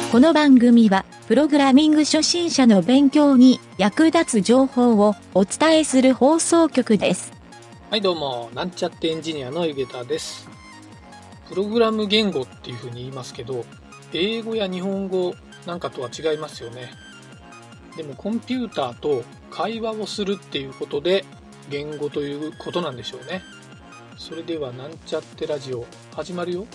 この番組は、プログラミング初心者の勉強に役立つ情報をお伝えする放送局です。 はいどうも、なんちゃってエンジニアのゆげたです。プログラム言語っていうふうに言いますけど、英語や日本語なんかとは違いますよね。でもコンピューターと会話をするっていうことで言語ということなんでしょうね。それではなんちゃってラジオ始まるよ。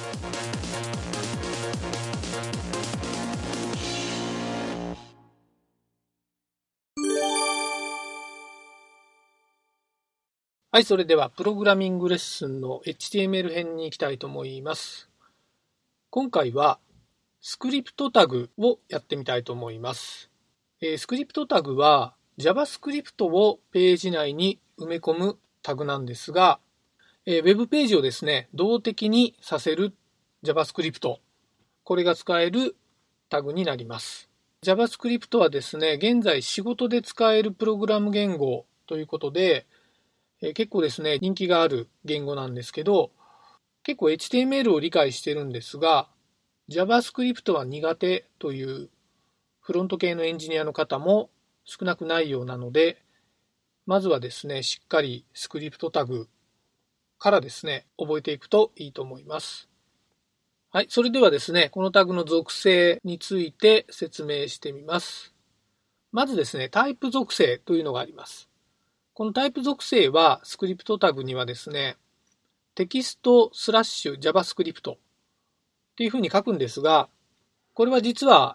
はい、それではプログラミングレッスンの HTML 編に行きたいと思います。今回はスクリプトタグをやってみたいと思います。スクリプトタグは JavaScript をページ内に埋め込むタグなんですが、ウェブページをですね、動的にさせる JavaScript、これが使えるタグになります。JavaScript はですね、現在仕事で使えるプログラム言語ということで、結構ですね、人気がある言語なんですけど、結構 HTML を理解してるんですが、JavaScript は苦手というフロント系のエンジニアの方も少なくないようなので、まずはですね、しっかりスクリプトタグからですね、覚えていくといいと思います。はい、それではですね、このタグの属性について説明してみます。まずですね、タイプ属性というのがあります。このタイプ属性はスクリプトタグにはですね、テキストスラッシュ JavaScript っていうふうに書くんですが、これは実は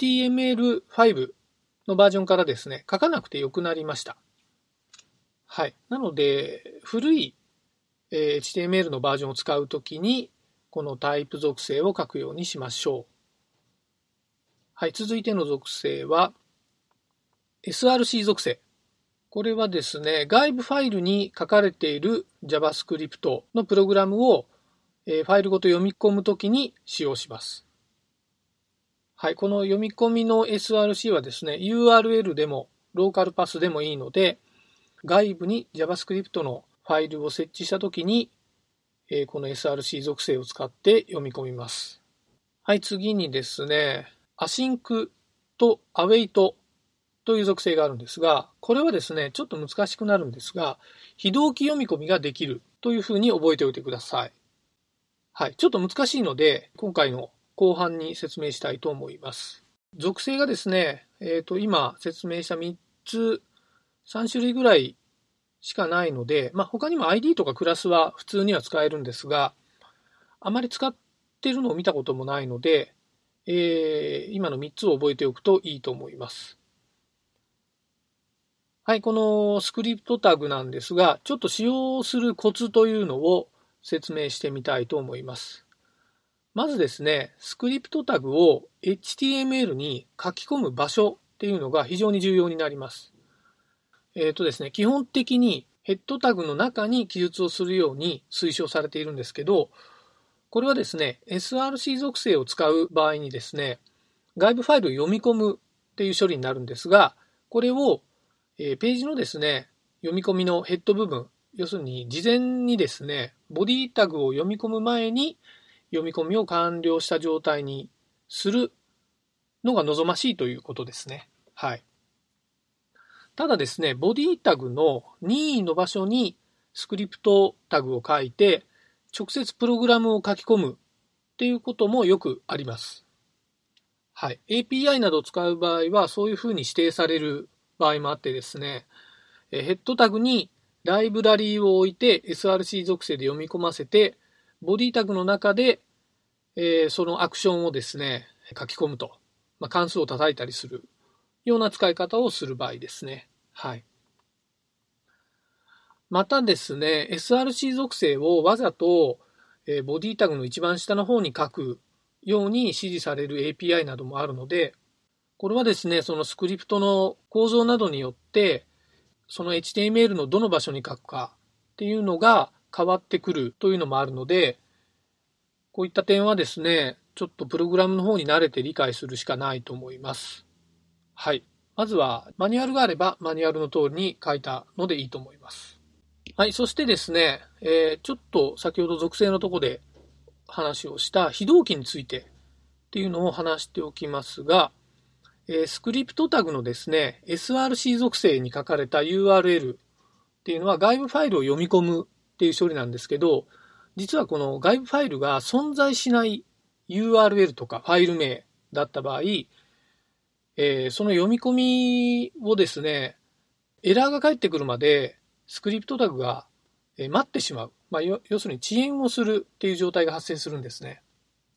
HTML5 のバージョンからですね、書かなくてよくなりました。はい。なので、古い HTML のバージョンを使うときに、このタイプ属性を書くようにしましょう。はい。続いての属性は、SRC 属性。これはですね、外部ファイルに書かれている JavaScript のプログラムをファイルごと読み込むときに使用します。はい、この読み込みの SRC はですね、URL でもローカルパスでもいいので、外部に JavaScript のファイルを設置したときに、この SRC 属性を使って読み込みます。はい、次にですね、Async と Awaitという属性があるんですが、これはですね、ちょっと難しくなるんですが、非同期読み込みができるというふうに覚えておいてください。はい、ちょっと難しいので、今回の後半に説明したいと思います。属性がですね、今説明した3つ、3種類ぐらいしかないので、他にも ID とかクラスは普通には使えるんですが、あまり使ってるのを見たこともないので、今の3つを覚えておくといいと思います。はい、このスクリプトタグなんですが、ちょっと使用するコツというのを説明してみたいと思います。まずですね、スクリプトタグを HTML に書き込む場所っていうのが非常に重要になります。ですね、基本的にヘッドタグの中に記述をするように推奨されているんですけど、これはですね、SRC 属性を使う場合にですね、外部ファイルを読み込むっていう処理になるんですが、これをページのですね、読み込みのヘッド部分、要するに事前にですね、ボディタグを読み込む前に読み込みを完了した状態にするのが望ましいということですね。はい。ただですね、ボディタグの任意の場所にスクリプトタグを書いて、直接プログラムを書き込むっていうこともよくあります。はい。API などを使う場合は、そういうふうに指定される場合もあってですね、ヘッドタグにライブラリーを置いて SRC 属性で読み込ませて、ボディタグの中で、そのアクションをですね、書き込むと、関数を叩いたりするような使い方をする場合ですね。はい。またですね、SRC 属性をわざと、ボディタグの一番下の方に書くように指示される API などもあるので、これはですね、そのスクリプトの構造などによって、その HTML のどの場所に書くかっていうのが変わってくるというのもあるので、こういった点はですね、ちょっとプログラムの方に慣れて理解するしかないと思います。はい。まずはマニュアルがあればマニュアルの通りに書いたのでいいと思います。はい。そしてですね、ちょっと先ほど属性のところで話をした非同期についてっていうのを話しておきますが、スクリプトタグのですね、src 属性に書かれた URL っていうのは外部ファイルを読み込むっていう処理なんですけど、実はこの外部ファイルが存在しない URL とかファイル名だった場合、その読み込みをですね、エラーが返ってくるまでスクリプトタグが待ってしまう。要するに遅延をするっていう状態が発生するんですね。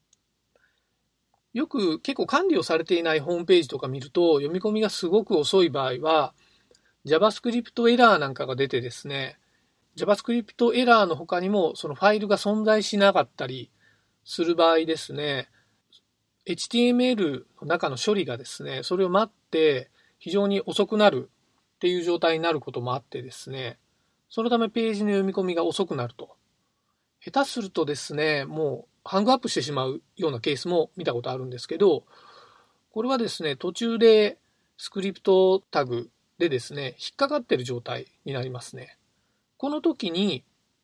よく結構管理をされていないホームページとか見ると、読み込みがすごく遅い場合は、JavaScript エラーなんかが出てですね、JavaScript エラーの他にもそのファイルが存在しなかったりする場合ですね、HTML の中の処理がですね、それを待って非常に遅くなるっていう状態になることもあってですね、そのためページの読み込みが遅くなると。下手するとですね、もうハングアップしてしまうようなケースも見たことあるんですけど、これはですね、途中でスクリプトタグでですね、引っかかっている状態になりますね。この時に、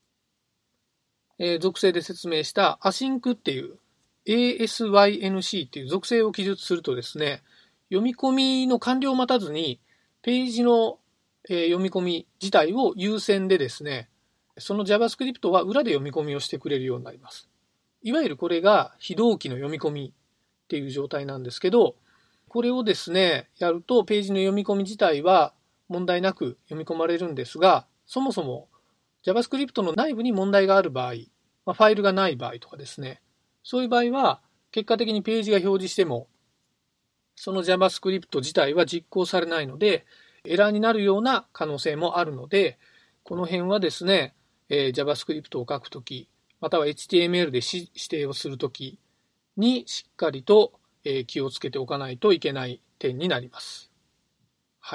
属性で説明したasync っていう async っていう属性を記述するとですね、読み込みの完了を待たずにページの読み込み自体を優先でですね、その JavaScript は裏で読み込みをしてくれるようになります。いわゆるこれが非同期の読み込みっていう状態なんですけど、これをですね、やるとページの読み込み自体は問題なく読み込まれるんですが、そもそも JavaScript の内部に問題がある場合、ファイルがない場合とかですね、そういう場合は結果的にページが表示しても、その JavaScript 自体は実行されないので、エラーになるような可能性もあるので、この辺はですね、JavaScript を書くとき、または HTML で指定をするときにしっかりと気をつけておかないといけない点になります。はい。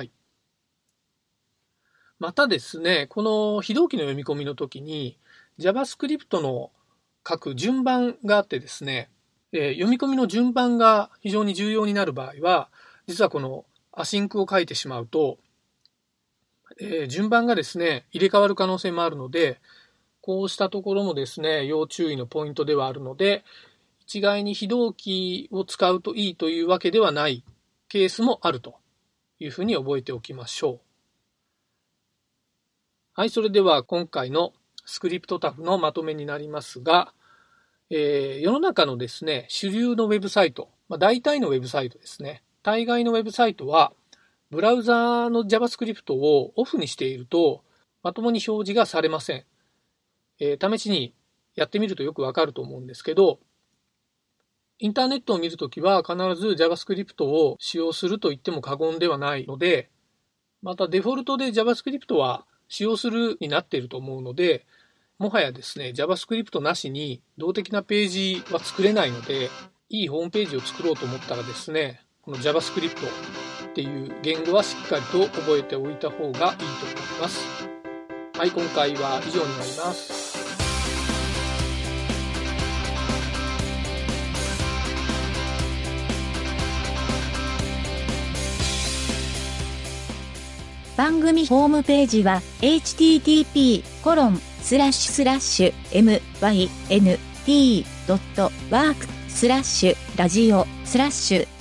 またですね、この非同期の読み込みのときに JavaScript の書く順番があってですね、読み込みの順番が非常に重要になる場合は、実はこのアシンクを書いてしまうと、順番がですね、入れ替わる可能性もあるので、こうしたところもですね、要注意のポイントではあるので、一概に非同期を使うといいというわけではないケースもあるというふうに覚えておきましょう。はい、それでは今回のスクリプトタグのまとめになりますが、世の中のですね、主流のウェブサイト、大体のウェブサイトですね、大概のウェブサイトは、ブラウザーの JavaScript をオフにしていると、まともに表示がされません。試しにやってみるとよくわかると思うんですけど、インターネットを見るときは必ず JavaScript を使用すると言っても過言ではないので、またデフォルトで JavaScript は使用するになっていると思うので、もはやですね、JavaScript なしに動的なページは作れないので、いいホームページを作ろうと思ったらですね、この JavaScript っていう言語はしっかりと覚えておいた方がいいと思います。はい、今回は以上になります。 番組ホームページは http://mynt.work/radio/